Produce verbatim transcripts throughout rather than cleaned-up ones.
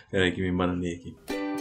Peraí que me embananei aqui.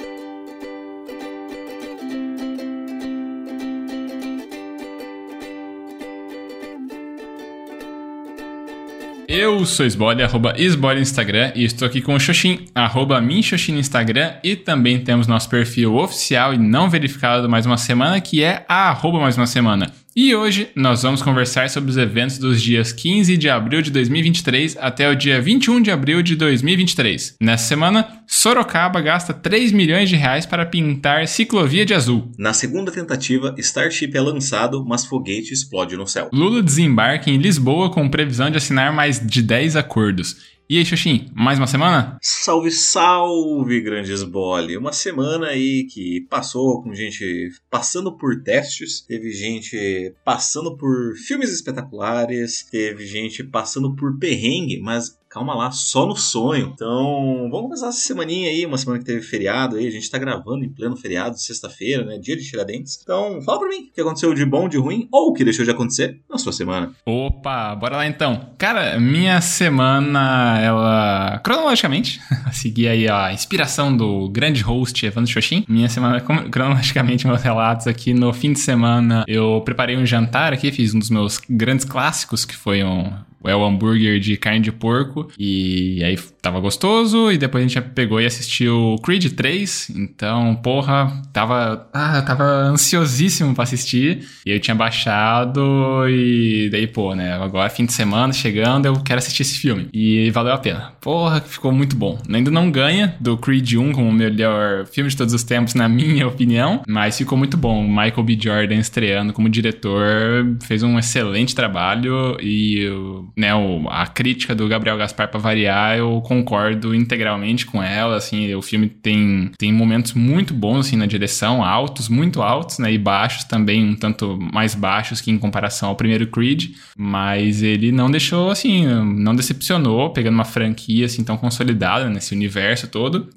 Eu sou Sbole, arroba Sbole no Instagram, e estou aqui com o Xoxin, arroba Minxoxin no Instagram, e também temos nosso perfil oficial e não verificado do Mais Uma Semana, que é a arroba Mais Uma Semana. E hoje nós vamos conversar sobre os eventos dos dias quinze de abril de dois mil e vinte e três até o dia vinte e um de abril de dois mil e vinte e três. Nessa semana, Sorocaba gasta três milhões de reais para pintar ciclovia de azul. Na segunda tentativa, Starship é lançado, mas foguete explode no céu. Lula desembarca em Lisboa com previsão de assinar mais de dez acordos. E aí, Xoxin, mais uma semana? Salve, salve, grande Sbole! Uma semana aí que passou com gente passando por testes, teve gente passando por filmes espetaculares, teve gente passando por perrengue, mas calma lá, só no sonho. Então, vamos começar essa semaninha aí, uma semana que teve feriado aí, a gente tá gravando em pleno feriado, sexta-feira, né, dia de Tiradentes. Então, fala pra mim, o que aconteceu de bom, de ruim, ou o que deixou de acontecer na sua semana. Opa, bora lá então. Cara, minha semana, ela, cronologicamente, segui aí a inspiração do grande host Evandro Xoxin. Minha semana, cronologicamente, meus relatos aqui no fim de semana, eu preparei um jantar aqui, fiz um dos meus grandes clássicos, que foi um... é o hambúrguer de carne de porco, e aí tava gostoso, e depois a gente pegou e assistiu Creed três, então, porra, tava, ah, tava ansiosíssimo pra assistir, e eu tinha baixado, e daí, pô, né, agora fim de semana chegando, eu quero assistir esse filme, e valeu a pena, porra, ficou muito bom. Ainda não ganha do Creed um como o melhor filme de todos os tempos, na minha opinião, mas ficou muito bom. O Michael B. Jordan estreando como diretor, fez um excelente trabalho, e né, o, a crítica do Gabriel Gaspar pra variar, eu concordo integralmente com ela, assim, o filme tem, tem momentos muito bons, assim, na direção, altos, muito altos, né, e baixos também, um tanto mais baixos que em comparação ao primeiro Creed, mas ele não deixou, assim, não decepcionou, pegando uma franquia, assim, tão consolidada nesse universo todo,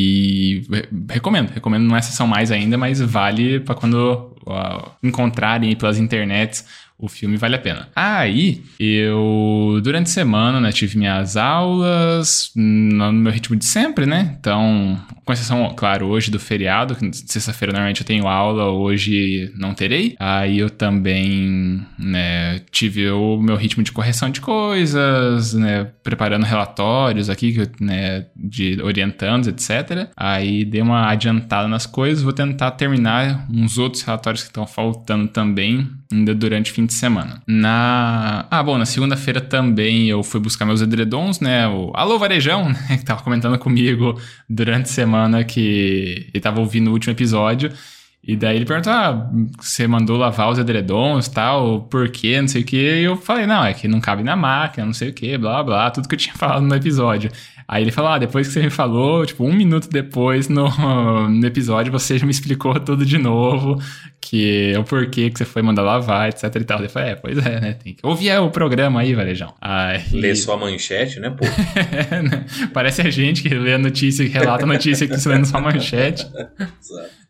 e recomendo, recomendo, não é sessão mais ainda, mas vale pra quando uh, encontrarem pelas internets o filme, vale a pena. Aí, eu, durante a semana, né, tive minhas aulas no meu ritmo de sempre, né? Então, com exceção, claro, hoje do feriado, que sexta-feira normalmente eu tenho aula, hoje não terei. Aí eu também, né, tive o meu ritmo de correção de coisas, né, preparando relatórios aqui, né, de orientandos, etcétera. Aí dei uma adiantada nas coisas, vou tentar terminar uns outros relatórios que estão faltando também, ainda durante o fim de semana. Na... Ah, bom, na segunda-feira também eu fui buscar meus edredons, né? O Alô Varejão, né? Que tava comentando comigo durante a semana que ele tava ouvindo o último episódio. E daí ele perguntou, ah, você mandou lavar os edredons e tal, por quê, não sei o quê. E eu falei, não, é que não cabe na máquina, não sei o quê, blá, blá, tudo que eu tinha falado no episódio. Aí ele falou, ah, depois que você me falou, tipo, um minuto depois no, no episódio, você já me explicou tudo de novo, que o porquê que você foi mandar lavar, etc e tal. Eu falei, é, pois é, né, tem que ouvir o programa aí, Varejão. Aí... Lê só a manchete, né, pô? É, né? Parece a gente que lê a notícia, que relata a notícia que você lê só a manchete. Exato.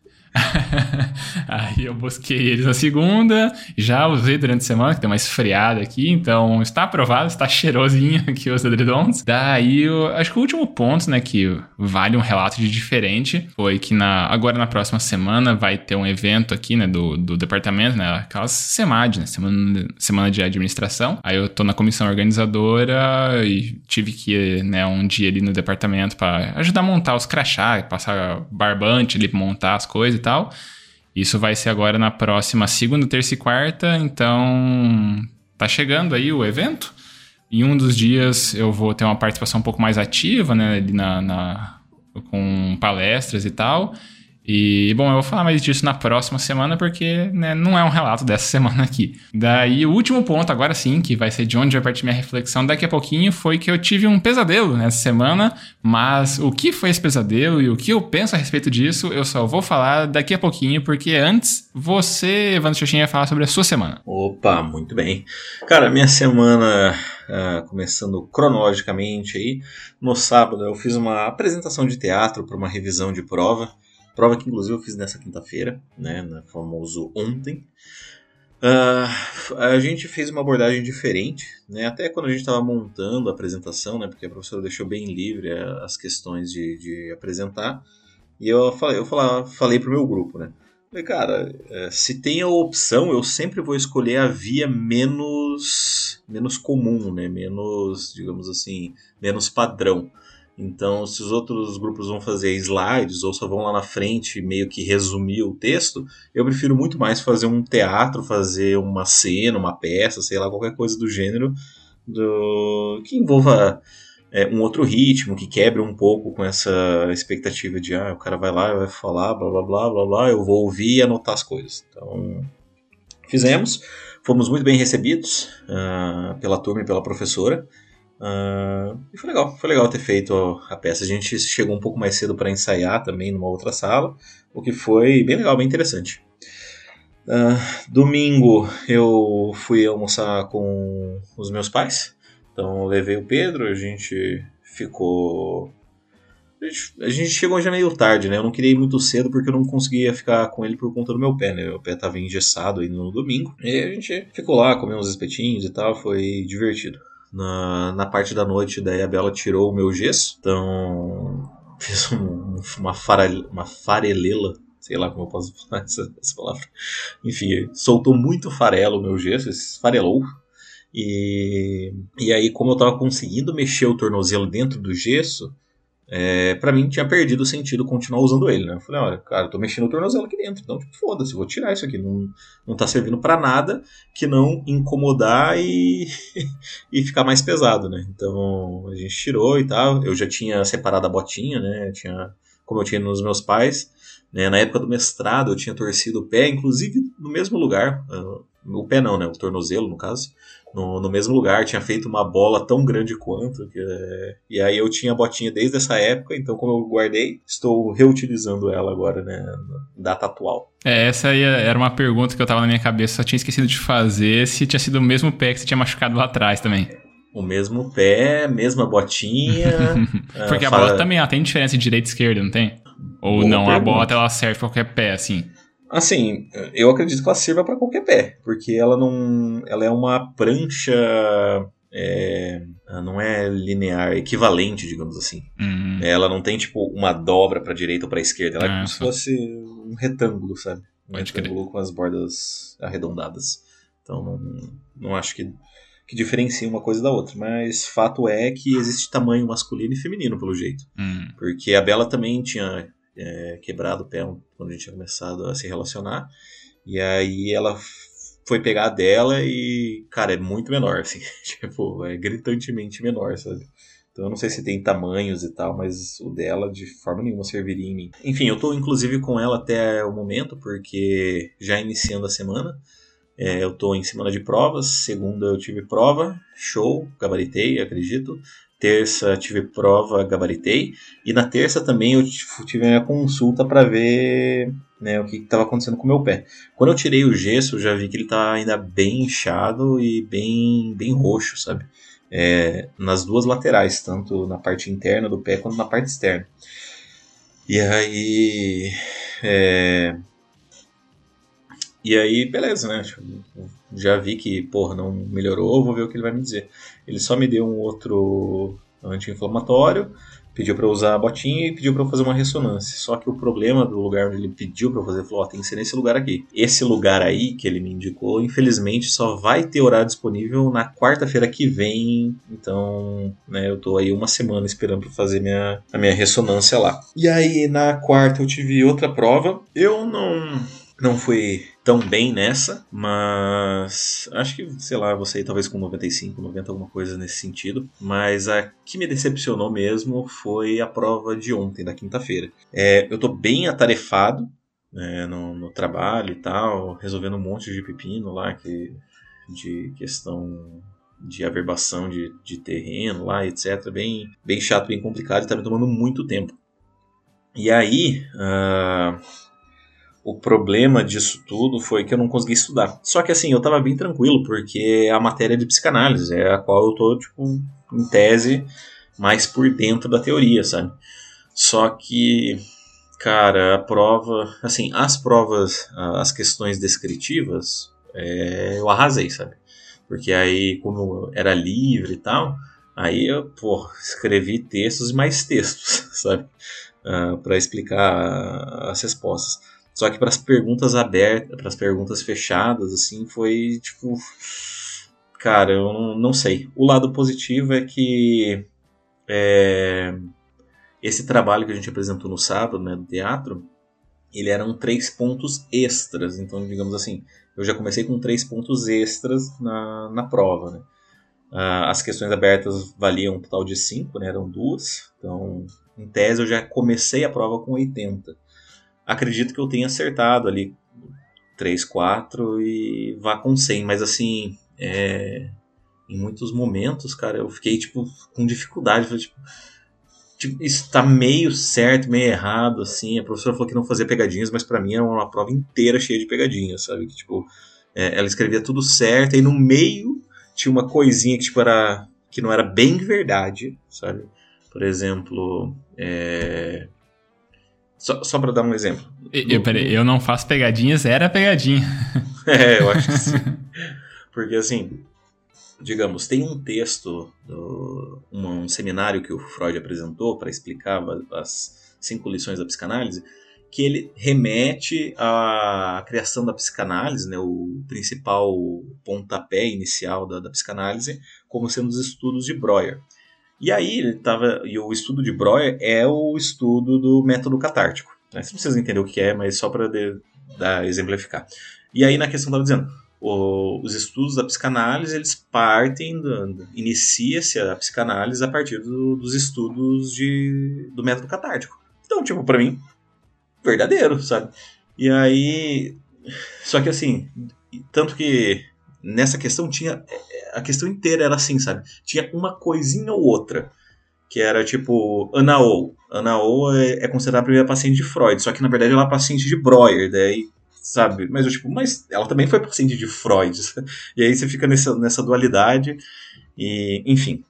Aí eu busquei eles na segunda, já usei durante a semana, que tem uma esfriada aqui, então está aprovado, está cheirosinho aqui os edredons. Daí, eu, acho que o último ponto, né, que vale um relato de diferente, foi que na, agora na próxima semana vai ter um evento aqui, né, do, do departamento, né, aquelas SEMAD, né, semana, semana de administração. Aí eu tô na comissão organizadora e tive que ir, né, um dia ali no departamento para ajudar a montar os crachá, passar barbante ali pra montar as coisas e tal. Isso vai ser agora na próxima segunda, terça e quarta, então tá chegando aí o evento. Em um dos dias eu vou ter uma participação um pouco mais ativa, né, ali na, na, com palestras e tal. E, bom, eu vou falar mais disso na próxima semana, porque, né, não é um relato dessa semana aqui. Daí, o último ponto, agora sim, que vai ser de onde vai partir minha reflexão daqui a pouquinho, foi que eu tive um pesadelo nessa semana, mas o que foi esse pesadelo e o que eu penso a respeito disso, eu só vou falar daqui a pouquinho, porque antes, você, Evandro Xoxin, ia falar sobre a sua semana. Opa, muito bem. Cara, minha semana, uh, começando cronologicamente aí, no sábado eu fiz uma apresentação de teatro para uma revisão de prova, Prova que, inclusive, eu fiz nessa quinta-feira, né, no famoso ontem. Uh, a gente fez uma abordagem diferente, né? Até quando a gente estava montando a apresentação, né? Porque a professora deixou bem livre as questões de, de apresentar. E eu falei, eu falei, falei pro meu grupo, né? Falei, cara, se tem a opção, eu sempre vou escolher a via menos, menos comum, né? Menos, digamos assim, menos padrão. Então, se os outros grupos vão fazer slides ou só vão lá na frente meio que resumir o texto, eu prefiro muito mais fazer um teatro, fazer uma cena, uma peça, sei lá, qualquer coisa do gênero, do... que envolva é, um outro ritmo, que quebre um pouco com essa expectativa de ah, o cara vai lá e vai falar, blá blá blá blá blá, eu vou ouvir e anotar as coisas. Então, fizemos, fomos muito bem recebidos uh, pela turma e pela professora. Uh, e foi legal, foi legal ter feito a peça. A gente chegou um pouco mais cedo para ensaiar também numa outra sala, o que foi bem legal, bem interessante. Uh, domingo eu fui almoçar com os meus pais, então eu levei o Pedro, a gente ficou... A gente, a gente chegou já meio tarde, né? Eu não queria ir muito cedo porque eu não conseguia ficar com ele por conta do meu pé, né? Meu pé estava engessado aí no domingo. E a gente ficou lá, comeu uns espetinhos e tal, foi divertido. Na, na parte da noite, daí a Bela tirou o meu gesso, então fiz um, uma, fara, uma farelela, sei lá como eu posso falar essa, essa palavra. Enfim, soltou muito farelo o meu gesso, esfarelou. E, e aí, como eu tava conseguindo mexer o tornozelo dentro do gesso, é, pra mim tinha perdido o sentido continuar usando ele, né? Eu falei, olha, cara, eu tô mexendo o tornozelo aqui dentro, então tipo, foda-se, vou tirar isso aqui, não, não tá servindo pra nada que não incomodar e, e ficar mais pesado, né? Então a gente tirou e tal, eu já tinha separado a botinha, né? Eu tinha, como eu tinha nos meus pais, né? Na época do mestrado eu tinha torcido o pé, inclusive no mesmo lugar, uh, o pé não, né? O tornozelo, no caso. No, no mesmo lugar, tinha feito uma bola tão grande quanto, que, é... e aí eu tinha a botinha desde essa época, então como eu guardei, estou reutilizando ela agora, né, na data atual. É, essa aí era uma pergunta que eu tava na minha cabeça, só tinha esquecido de fazer, se tinha sido o mesmo pé que você tinha machucado lá atrás também. O mesmo pé, mesma botinha. Porque a fala... bota também, ela tem diferença de direita e esquerda, não tem? Ou Boa não, pergunta. A bota ela serve pra qualquer pé, assim? Assim, eu acredito que ela sirva para qualquer pé, porque ela não, ela é uma prancha, é, não é linear, equivalente, digamos assim. Uhum. Ela não tem tipo uma dobra para direita ou para esquerda, ela é, é como só... se fosse um retângulo, sabe? Um Pode retângulo crer. com as bordas arredondadas. Então não, não acho que, que diferencia uma coisa da outra, mas fato é que existe tamanho masculino e feminino pelo jeito, uhum. Porque a Bela também tinha É, quebrado o pé quando a gente tinha começado a se relacionar, e aí ela foi pegar a dela e, cara, é muito menor, assim, tipo, é gritantemente menor, sabe? Então eu não sei se tem tamanhos e tal, mas o dela de forma nenhuma serviria em mim. Enfim, eu tô inclusive com ela até o momento, porque já iniciando a semana, é, eu tô em semana de provas, segunda eu tive prova, show, gabaritei, acredito. Terça tive prova, gabaritei. E na terça também eu tive a consulta para ver, né, o que estava acontecendo com o meu pé. Quando eu tirei o gesso, eu já vi que ele tá ainda bem inchado e bem, bem roxo, sabe? É, nas duas laterais, tanto na parte interna do pé quanto na parte externa. E aí... É... E aí, beleza, né? Já vi que, porra, não melhorou, vou ver o que ele vai me dizer. Ele só me deu um outro anti-inflamatório, pediu pra eu usar a botinha e pediu pra eu fazer uma ressonância. Só que o problema do lugar onde ele pediu pra eu fazer, ele falou, ó, tem que ser nesse lugar aqui. Esse lugar aí que ele me indicou, infelizmente, só vai ter horário disponível na quarta-feira que vem. Então, né, eu tô aí uma semana esperando pra fazer minha, a minha ressonância lá. E aí, na quarta eu tive outra prova. Eu não... Não fui tão bem nessa, mas acho que, sei lá, vou sair talvez com noventa e cinco, noventa, alguma coisa nesse sentido. Mas a que me decepcionou mesmo foi a prova de ontem, da quinta-feira. É, eu tô bem atarefado, né, no, no trabalho e tal, resolvendo um monte de pepino lá, que, de questão de averbação de, de terreno lá, etcétera. Bem, bem chato, bem complicado e tá me tomando muito tempo. E aí... Uh... O problema disso tudo foi que eu não consegui estudar. Só que assim, eu tava bem tranquilo, porque a matéria de psicanálise é a qual eu tô, tipo, em tese, mais por dentro da teoria, sabe? Só que, cara, a prova... Assim, as provas, as questões descritivas, é, eu arrasei, sabe? Porque aí, como era livre e tal, aí eu, pô, escrevi textos e mais textos, sabe? Uh, para explicar as respostas. Só que para as perguntas abertas, para as perguntas fechadas, assim, foi tipo... Cara, eu não, não sei. O lado positivo é que é, esse trabalho que a gente apresentou no sábado, né, do teatro, ele eram três pontos extras. Então, digamos assim, eu já comecei com três pontos extras na, na prova, né? Uh, as questões abertas valiam um total de cinco, né? Eram duas. Então, em tese, eu já comecei a prova com oitenta. Acredito que eu tenha acertado ali três, quatro e vá com cem. Mas, assim, é... em muitos momentos, cara, eu fiquei, tipo, com dificuldade. Falei, tipo, tipo, isso tá meio certo, meio errado, assim. A professora falou que não fazia pegadinhas, mas pra mim era uma prova inteira cheia de pegadinhas, sabe? Que, tipo, é, ela escrevia tudo certo e no meio tinha uma coisinha que, tipo, era... que não era bem verdade, sabe? Por exemplo, é... Só, só pra dar um exemplo. Eu, no, peraí, no... eu não faço pegadinhas, era pegadinha. É, eu acho que sim. Porque, assim, digamos, tem um texto, do, um, um seminário que o Freud apresentou para explicar as cinco lições da psicanálise, que ele remete à criação da psicanálise, né, o principal pontapé inicial da, da psicanálise, como sendo os estudos de Breuer. E aí ele tava, e o estudo de Breuer é o estudo do método catártico. Né? Você não precisa entender o que é, mas só para exemplificar. E aí na questão estava dizendo, o, os estudos da psicanálise, eles partem, do, inicia-se a psicanálise a partir do, dos estudos de, do método catártico. Então, tipo, para mim, verdadeiro, sabe? E aí, só que assim, tanto que nessa questão tinha, a questão inteira era assim, sabe? Tinha uma coisinha ou outra, que era tipo, Ana O. Ana O é, é considerada a primeira paciente de Freud, só que na verdade ela é paciente de Breuer, daí, sabe? Mas eu tipo, mas ela também foi paciente de Freud, sabe? E aí você fica nessa, nessa dualidade, e enfim.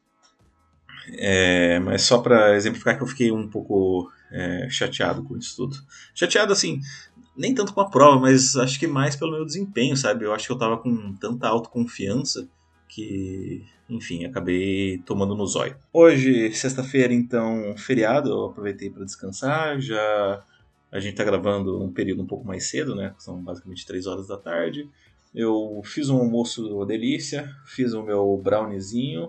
É, mas só pra exemplificar que eu fiquei um pouco é, chateado com isso tudo. Chateado assim, nem tanto com a prova, mas acho que mais pelo meu desempenho, sabe? Eu acho que eu tava com tanta autoconfiança que, enfim, acabei tomando no zóio. Hoje, sexta-feira, então, feriado, eu aproveitei para descansar, já a gente tá gravando um período um pouco mais cedo, né? São basicamente três horas da tarde. Eu fiz um almoço delícia, fiz o meu browniezinho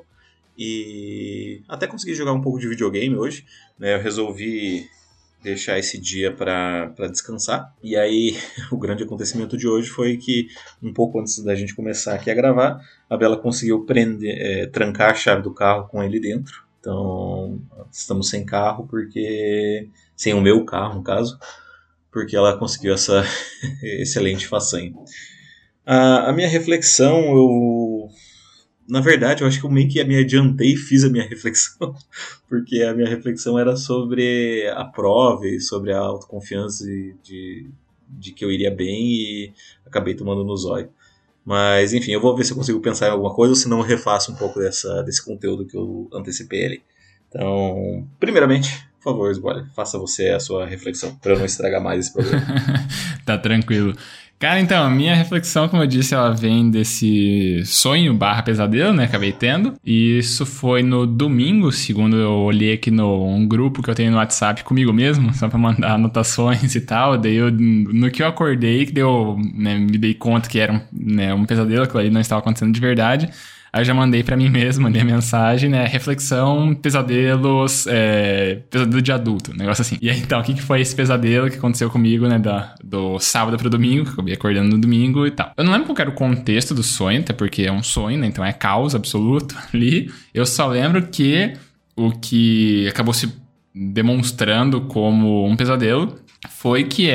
e até consegui jogar um pouco de videogame hoje, né? Eu resolvi deixar esse dia para descansar. E aí, o grande acontecimento de hoje foi que, um pouco antes da gente começar aqui a gravar, a Bela conseguiu prender, é, trancar a chave do carro com ele dentro. Então, estamos sem carro, porque sem o meu carro, no caso, porque ela conseguiu essa excelente façanha. A, a minha reflexão, eu... Na verdade, eu acho que eu meio que me adiantei e fiz a minha reflexão, porque a minha reflexão era sobre a prova e sobre a autoconfiança de, de que eu iria bem e acabei tomando no zóio. Mas, enfim, eu vou ver se eu consigo pensar em alguma coisa ou se não eu refaço um pouco dessa, desse conteúdo que eu antecipei ali. Então, primeiramente, por favor, Sboller, faça você a sua reflexão, para eu não estragar mais esse programa. Tá tranquilo. Cara, então, a minha reflexão, como eu disse, ela vem desse sonho barra pesadelo, né, acabei tendo. E isso foi no domingo, segundo eu olhei aqui no um grupo que eu tenho no WhatsApp comigo mesmo, só pra mandar anotações e tal. Daí, eu, no que eu acordei, que eu né, me dei conta que era um, né, um pesadelo, que ali não estava acontecendo de verdade. Aí eu já mandei pra mim mesmo, mandei a mensagem, né? Reflexão, pesadelos, é, pesadelo de adulto, um negócio assim. E aí, então, o que, que foi esse pesadelo que aconteceu comigo, né? Da, do sábado pro domingo, que eu acabei acordando no domingo e tal. Eu não lembro qual era o contexto do sonho, até porque é um sonho, né? Então é caos absoluto ali. Eu só lembro que o que acabou se demonstrando como um pesadelo foi que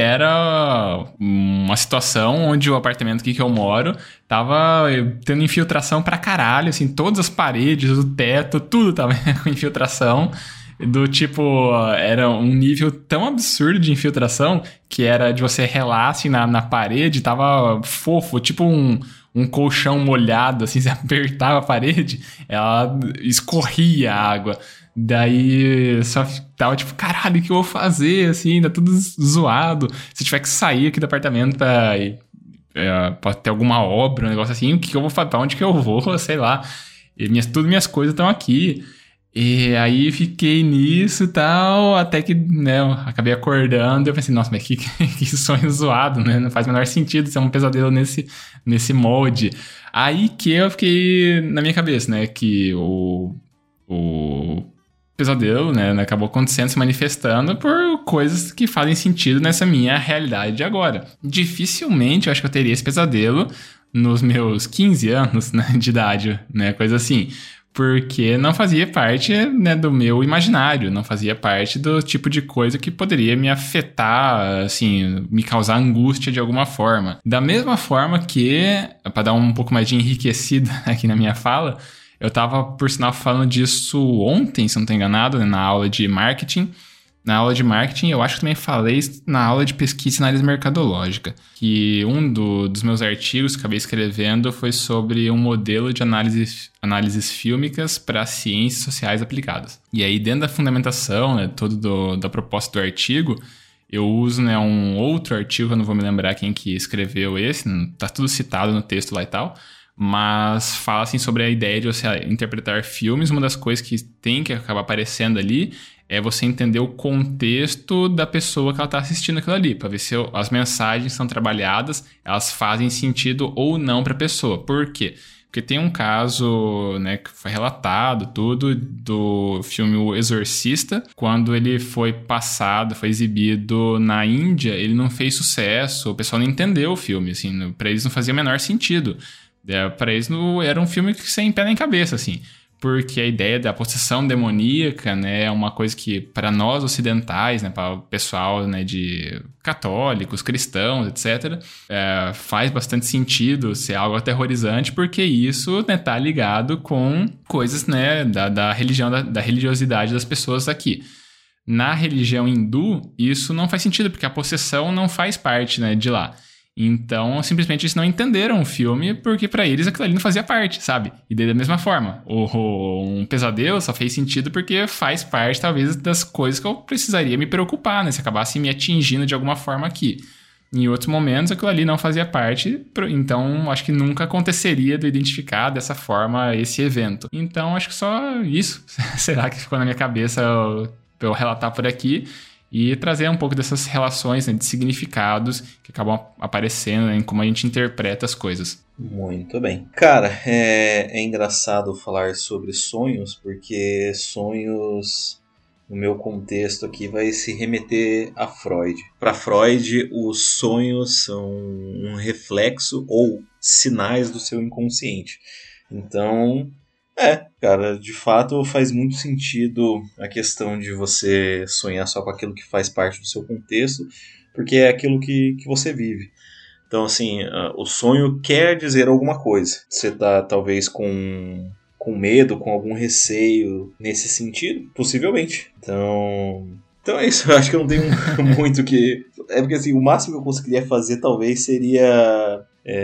era uma situação onde o apartamento aqui que eu moro tava tendo infiltração pra caralho, assim, todas as paredes, o teto, tudo tava com infiltração. Do tipo, era um nível tão absurdo de infiltração que era de você relar assim na, na parede, tava fofo, tipo um, um colchão molhado, assim, você apertava a parede, ela escorria a água. Daí só tava tipo, caralho, o que eu vou fazer, assim, tá tudo zoado. Se eu tiver que sair aqui do apartamento pra é, pode ter alguma obra, um negócio assim, o que, que eu vou fazer, pra onde que eu vou, sei lá. E minhas, tudo minhas coisas estão aqui. E aí fiquei nisso e tal, até que, né, eu acabei acordando e eu pensei, nossa, mas que, que sonho zoado, né? Não faz o menor sentido ser um pesadelo nesse, nesse molde. Aí que eu fiquei na minha cabeça, né, que o, o pesadelo, né, acabou acontecendo, se manifestando por coisas que fazem sentido nessa minha realidade de agora. Dificilmente eu acho que eu teria esse pesadelo nos meus quinze anos, né, de idade, né, coisa assim. Porque não fazia parte, né, do meu imaginário, não fazia parte do tipo de coisa que poderia me afetar, assim, me causar angústia de alguma forma. Da mesma forma que, para dar um pouco mais de enriquecida aqui na minha fala, eu tava, por sinal, falando disso ontem, se não estou enganado, né, na aula de marketing. Na aula de marketing, eu acho que também falei na aula de pesquisa e análise mercadológica, que um do, dos meus artigos que acabei escrevendo foi sobre um modelo de análise, análises fílmicas para ciências sociais aplicadas. E aí, dentro da fundamentação, né, todo do, da proposta do artigo, eu uso, né, um outro artigo, eu não vou me lembrar quem que escreveu esse, tá tudo citado no texto lá e tal, mas fala assim, sobre a ideia de você interpretar filmes. Uma das coisas que tem que acabar aparecendo ali é você entender o contexto da pessoa que ela está assistindo aquilo ali, para ver se as mensagens são trabalhadas, elas fazem sentido ou não para a pessoa. Por quê? Porque tem um caso, né, que foi relatado tudo do filme O Exorcista, quando ele foi passado, foi exibido na Índia, ele não fez sucesso, o pessoal não entendeu o filme, assim, para eles não fazia o menor sentido. É, para eles não, era um filme sem pé nem cabeça, assim. Porque a ideia da possessão demoníaca, né, é uma coisa que, para nós ocidentais, né, para o pessoal, né, de católicos, cristãos, etcétera, é, faz bastante sentido ser algo aterrorizante, porque isso, né, tá ligado com coisas, né, da, da religião, da, da religiosidade das pessoas aqui. Na religião hindu, isso não faz sentido, porque a possessão não faz parte, né, de lá. Então, simplesmente eles não entenderam o filme porque pra eles aquilo ali não fazia parte, sabe? E daí da mesma forma, o, o, um pesadelo só fez sentido porque faz parte, talvez, das coisas que eu precisaria me preocupar, né? Se acabasse me atingindo de alguma forma aqui. Em outros momentos, aquilo ali não fazia parte, então acho que nunca aconteceria de identificar dessa forma esse evento. Então, acho que só isso será que ficou na minha cabeça pra eu relatar por aqui. E trazer um pouco dessas relações, né, de significados que acabam aparecendo, né, em como a gente interpreta as coisas. Muito bem. Cara, é, é engraçado falar sobre sonhos, porque sonhos, no meu contexto aqui, vai se remeter a Freud. Para Freud, os sonhos são um reflexo ou sinais do seu inconsciente. Então... É, cara, de fato faz muito sentido a questão de você sonhar só com aquilo que faz parte do seu contexto, porque é aquilo que, que você vive. Então, assim, uh, o sonho quer dizer alguma coisa. Você tá, talvez, com, com medo, com algum receio nesse sentido? Possivelmente. Então... Então é isso, eu acho que eu não tenho muito que... É porque, assim, o máximo que eu conseguiria fazer, talvez, seria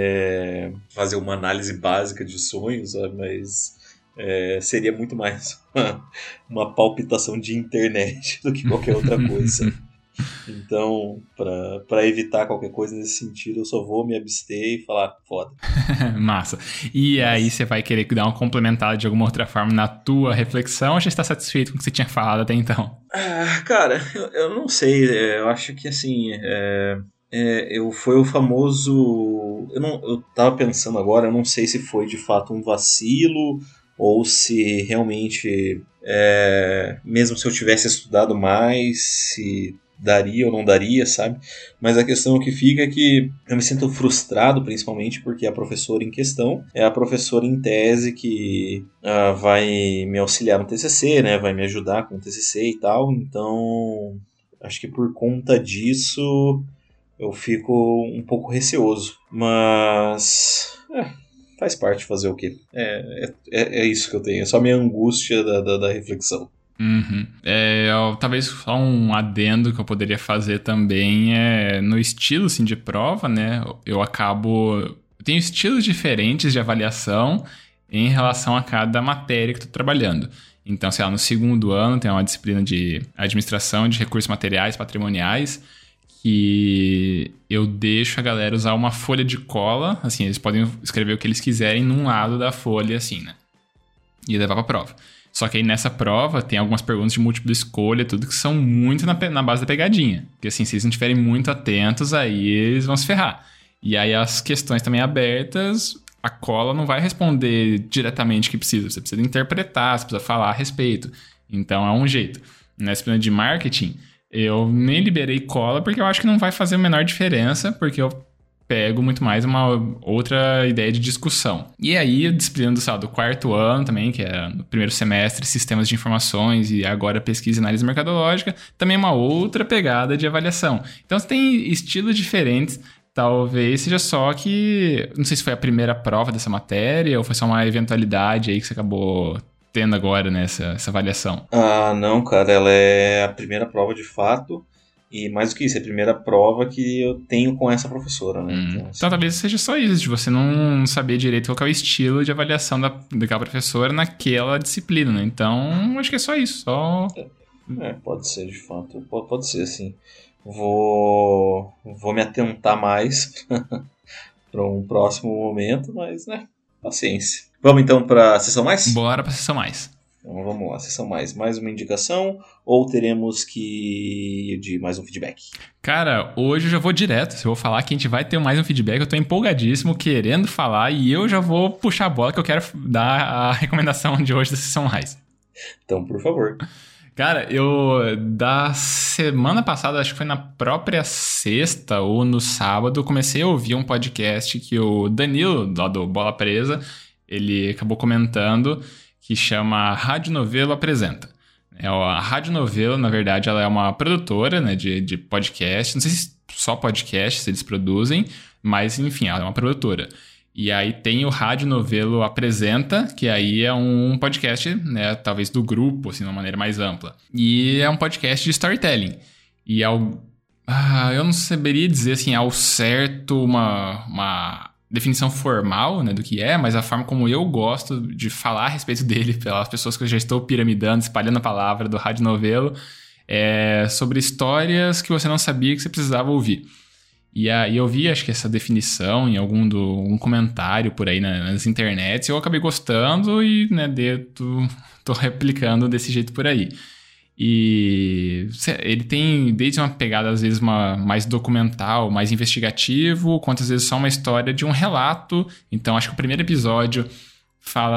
é, fazer uma análise básica de sonhos, sabe? Mas... É, seria muito mais uma, uma palpitação de internet do que qualquer outra coisa. Então, para evitar qualquer coisa nesse sentido, eu só vou me abster e falar, foda. Massa. E Massa. Aí você vai querer dar uma complementada de alguma outra forma na tua reflexão, ou já está satisfeito com o que você tinha falado até então? Ah, cara, eu, eu não sei. Eu acho que, assim... É... É, eu, foi o famoso... Eu, não, eu tava pensando agora, eu não sei se foi de fato um vacilo... ou se realmente, é, mesmo se eu tivesse estudado mais, se daria ou não daria, sabe? Mas a questão que fica é que eu me sinto frustrado, principalmente porque a professora em questão é a professora em tese que uh, vai me auxiliar no T C C, né? Vai me ajudar com o T C C e tal. Então, acho que por conta disso eu fico um pouco receoso. Mas... É. Faz parte, fazer o quê? É, é, é isso que eu tenho. É só a minha angústia da, da, da reflexão. Uhum. É, eu, talvez só um adendo que eu poderia fazer também é no estilo assim, de prova, né? Eu acabo... Eu tenho estilos diferentes de avaliação em relação a cada matéria que estou trabalhando. Então, sei lá, no segundo ano tem uma disciplina de administração de recursos materiais patrimoniais, que eu deixo a galera usar uma folha de cola, assim, eles podem escrever o que eles quiserem num lado da folha, assim, né? E levar pra prova. Só que aí nessa prova tem algumas perguntas de múltipla escolha, tudo que são muito na, na base da pegadinha. Porque assim, se eles não estiverem muito atentos, aí eles vão se ferrar. E aí as questões também abertas, a cola não vai responder diretamente o que precisa. Você precisa interpretar, você precisa falar a respeito. Então é um jeito. Na disciplina de marketing, eu nem liberei cola porque eu acho que não vai fazer a menor diferença, porque eu pego muito mais uma outra ideia de discussão. E aí, a disciplina do, sabe, do quarto ano também, que é no primeiro semestre, sistemas de informações e agora pesquisa e análise mercadológica, também é uma outra pegada de avaliação. Então, você tem estilos diferentes. Talvez seja só que... Não sei se foi a primeira prova dessa matéria ou foi só uma eventualidade aí que você acabou tendo agora nessa essa avaliação. Ah, não, cara. Ela é a primeira prova de fato. E mais do que isso, é a primeira prova que eu tenho com essa professora, né? Hum. Então, assim... assim... então talvez seja só isso, de você não saber direito qual é o estilo de avaliação da, daquela professora naquela disciplina, né? Então, acho que é só isso, só... É, pode ser, de fato. Pode, pode ser, assim. Vou, vou me atentar mais para um próximo momento, mas, né, paciência. Vamos então para a sessão mais? Bora para a sessão mais. Então vamos lá, sessão mais. Mais uma indicação ou teremos que ir de mais um feedback? Cara, hoje eu já vou direto. Se eu vou falar que a gente vai ter mais um feedback, eu tô empolgadíssimo, querendo falar, e eu já vou puxar a bola que eu quero dar a recomendação de hoje da sessão mais. Então, por favor. Cara, eu da semana passada, acho que foi na própria sexta ou no sábado, comecei a ouvir um podcast que o Danilo, lá do Bola Presa, ele acabou comentando, que chama Rádio Novelo Apresenta. É, a Rádio Novelo, na verdade, ela é uma produtora, né, de, de podcast. Não sei se só podcasts eles produzem, mas, enfim, ela é uma produtora. E aí tem o Rádio Novelo Apresenta, que aí é um podcast, né, talvez do grupo, assim, de uma maneira mais ampla. E é um podcast de storytelling. E ao, ah, eu não saberia dizer, assim, ao certo uma... uma definição formal, né, do que é, mas a forma como eu gosto de falar a respeito dele pelas pessoas que eu já estou piramidando, espalhando a palavra do Rádio Novelo, é sobre histórias que você não sabia que você precisava ouvir. E aí eu vi, acho que essa definição em algum do, um comentário por aí na, nas internets, eu acabei gostando e, né, de, tô, tô replicando desse jeito por aí. E ele tem desde uma pegada às vezes uma, mais documental, mais investigativo, quanto às vezes só uma história de um relato. Então acho que o primeiro episódio fala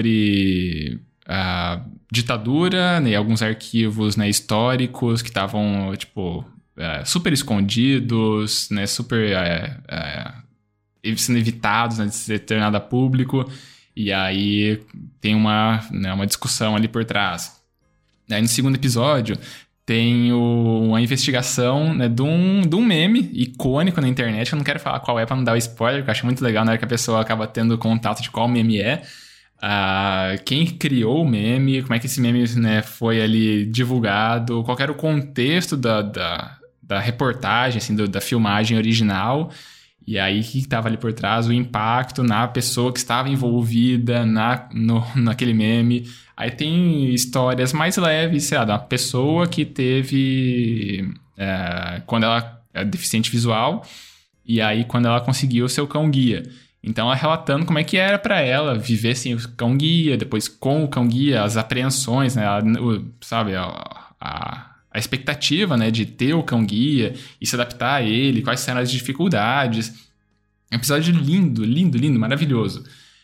sobre a ditadura, né, alguns arquivos, né, históricos que estavam tipo é, super escondidos, né, super é, é, sendo evitados, né, de ser tornado a público. E aí tem uma, né, uma discussão ali por trás. Aí no segundo episódio tem o, uma investigação, né, de, um, de um meme icônico na internet. Eu não quero falar qual é pra não dar o spoiler, porque eu acho muito legal na hora que a pessoa acaba tendo contato de qual meme é. Uh, quem criou o meme, como é que esse meme, né, foi ali divulgado, qual era o contexto da, da, da reportagem, assim, do, da filmagem original. E aí, o que estava ali por trás? O impacto na pessoa que estava envolvida na, no, naquele meme. Aí tem histórias mais leves, sei lá, da pessoa que teve... É, quando ela é deficiente visual, e aí quando ela conseguiu o seu cão-guia. Então, ela relatando como é que era para ela viver sem o cão-guia, depois com o cão-guia, as apreensões, né? A, o, sabe, a... a a expectativa, né, de ter o cão-guia e se adaptar a ele, quais serão as dificuldades. É um episódio lindo, lindo, lindo, maravilhoso.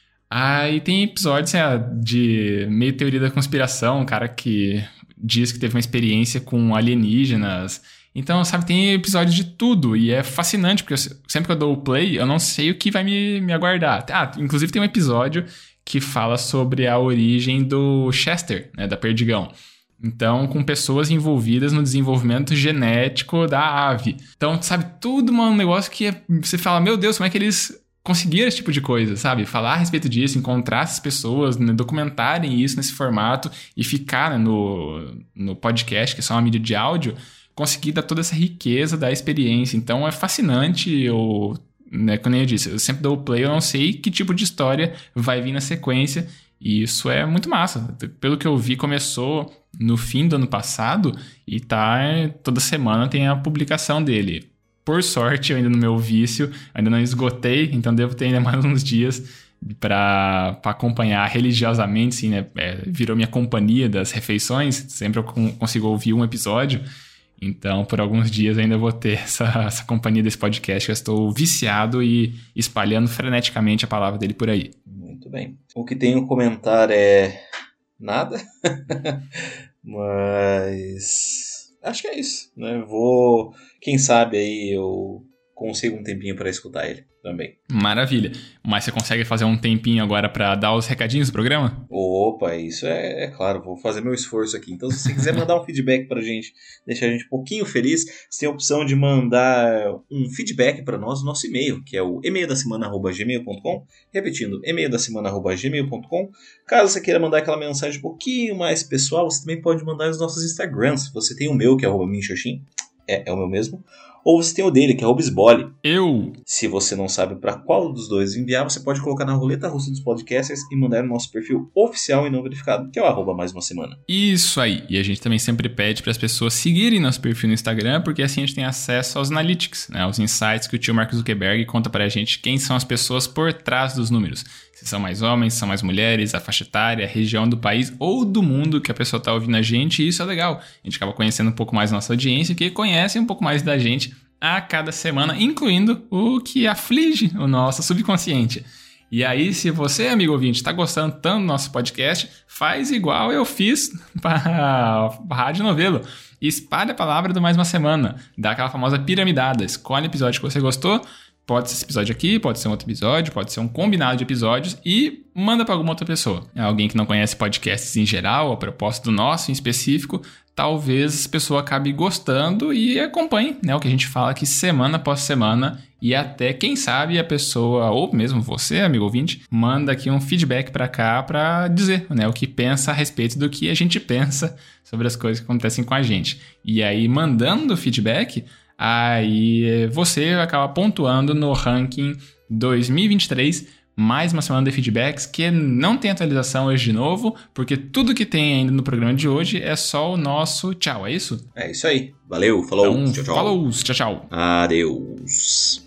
Aí tem episódios, sei lá, de meio teoria da conspiração, um cara que diz que teve uma experiência com alienígenas. Então, sabe, tem episódios de tudo e é fascinante, porque eu, sempre que eu dou o play, eu não sei o que vai me, me aguardar. Ah, inclusive tem um episódio que fala sobre a origem do Chester, né, da Perdigão. Então, com pessoas envolvidas no desenvolvimento genético da ave. Então, sabe, tudo um negócio que é, você fala, meu Deus, como é que eles conseguiram esse tipo de coisa, sabe? Falar a respeito disso, encontrar essas pessoas, né, documentarem isso nesse formato e ficar, né, no, no podcast, que é só uma mídia de áudio, conseguir dar toda essa riqueza da experiência. Então, é fascinante, eu, né, como eu disse, eu sempre dou o play, eu não sei que tipo de história vai vir na sequência. E isso é muito massa. Pelo que eu vi, começou no fim do ano passado e tá toda semana tem a publicação dele. Por sorte, eu ainda no meu vício, ainda não esgotei, então devo ter ainda mais uns dias para acompanhar religiosamente, sim, né? É, virou minha companhia das refeições, sempre eu consigo ouvir um episódio, então por alguns dias ainda vou ter essa, essa companhia desse podcast, que eu estou viciado e espalhando freneticamente a palavra dele por aí. Muito bem. O que tenho a comentar é nada, mas acho que é isso, né? Vou, quem sabe aí eu consigo um tempinho para escutar ele também. Maravilha. Mas você consegue fazer um tempinho agora para dar os recadinhos do programa? Opa, isso é, é claro, vou fazer meu esforço aqui. Então, se você quiser mandar um feedback pra gente, deixar a gente um pouquinho feliz, você tem a opção de mandar um feedback para nós no nosso e-mail, que é o e-mail da semana arroba gmail ponto com. Repetindo, e-mail da semana arroba gmail ponto com. Caso você queira mandar aquela mensagem um pouquinho mais pessoal, você também pode mandar nos nossos Instagrams. Você tem o meu, que é arroba minxoxin, é, é o meu mesmo. Ou você tem o dele, que é o Bisbole. Eu! Se você não sabe para qual dos dois enviar, você pode colocar na roleta russa dos podcasters e mandar no nosso perfil oficial e não verificado, que é o arroba mais uma semana. Isso aí! E a gente também sempre pede para as pessoas seguirem nosso perfil no Instagram, porque assim a gente tem acesso aos analytics, né? Aos insights que o tio Mark Zuckerberg conta pra gente quem são as pessoas por trás dos números. Se são mais homens, se são mais mulheres, a faixa etária, a região do país ou do mundo que a pessoa está ouvindo a gente, e isso é legal. A gente acaba conhecendo um pouco mais a nossa audiência, que conhece um pouco mais da gente a cada semana, incluindo o que aflige o nosso subconsciente. E aí, se você, amigo ouvinte, está gostando tanto do nosso podcast, faz igual eu fiz para a Rádio Novelo. Espalha a palavra do Mais Uma Semana. Dá aquela famosa piramidada. Escolhe o episódio que você gostou. Pode ser esse episódio aqui, pode ser um outro episódio, pode ser um combinado de episódios e manda para alguma outra pessoa. Alguém que não conhece podcasts em geral, a propósito do nosso em específico, talvez essa pessoa acabe gostando e acompanhe, né, o que a gente fala aqui semana após semana e até, quem sabe, a pessoa, ou mesmo você, amigo ouvinte, manda aqui um feedback para cá para dizer, né, o que pensa a respeito do que a gente pensa sobre as coisas que acontecem com a gente. E aí, mandando feedback, aí você acaba pontuando no ranking dois mil e vinte e três, mais uma semana de feedbacks, que não tem atualização hoje de novo, porque tudo que tem ainda no programa de hoje é só o nosso tchau, é isso? É isso aí. Valeu, falou, então, tchau, tchau. Falou, tchau, tchau. Adeus.